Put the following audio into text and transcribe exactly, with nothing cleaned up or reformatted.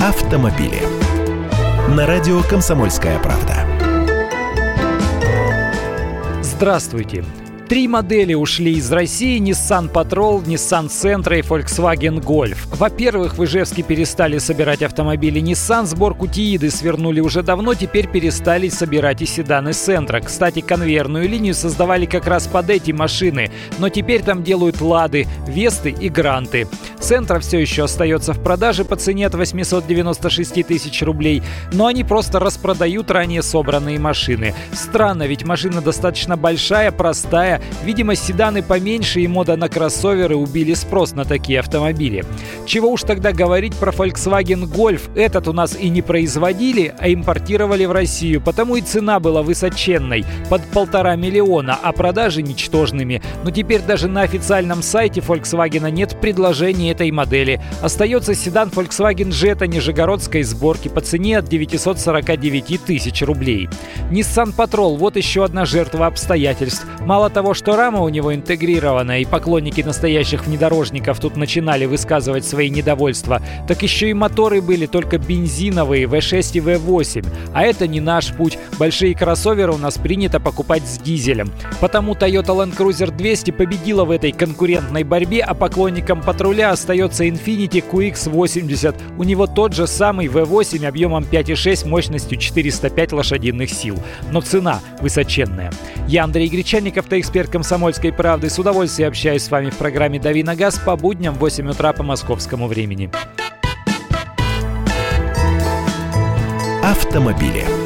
автомобили. На радио «Комсомольская правда». Здравствуйте. Три модели ушли из России: Nissan Patrol, Nissan Sentra и Volkswagen Golf. Во-первых, в Ижевске перестали собирать автомобили Nissan, сборку Тииды свернули уже давно, теперь перестали собирать и седаны Sentra. Кстати, конвейерную линию создавали как раз под эти машины, но теперь там делают Лады, Весты и Гранты. Sentra все еще остается в продаже по цене от восемьсот девяносто шесть тысяч рублей, но они просто распродают ранее собранные машины. Странно, ведь машина достаточно большая, простая. Видимо, седаны поменьше и мода на кроссоверы убили спрос на такие автомобили. Чего уж тогда говорить про Volkswagen Golf. Этот у нас и не производили, а импортировали в Россию, потому и цена была высоченной, под полтора миллиона, а продажи ничтожными. Но теперь даже на официальном сайте Volkswagen нет предложений этой модели. Остается седан Volkswagen Jetta нижегородской сборки по цене от девятьсот сорок девять тысяч рублей. Nissan Patrol – вот еще одна жертва обстоятельств. Мало того, что рама у него интегрирована, и поклонники настоящих внедорожников тут начинали высказывать свои недовольства, так еще и моторы были только бензиновые вэ шесть и вэ восемь. А это не наш путь. Большие кроссоверы у нас принято покупать с дизелем. Потому Toyota Land Cruiser двести победила в этой конкурентной борьбе, а поклонникам патруля остается Infiniti кью икс восемьдесят. У него тот же самый вэ восемь объемом пять и шесть, мощностью четыреста пять лошадиных сил. Но цена высоченная. Я Андрей Гречанников, эксперт «Комсомольской правды». С удовольствием общаюсь с вами в программе «Дави на газ» по будням в восемь утра по московскому времени. Автомобили.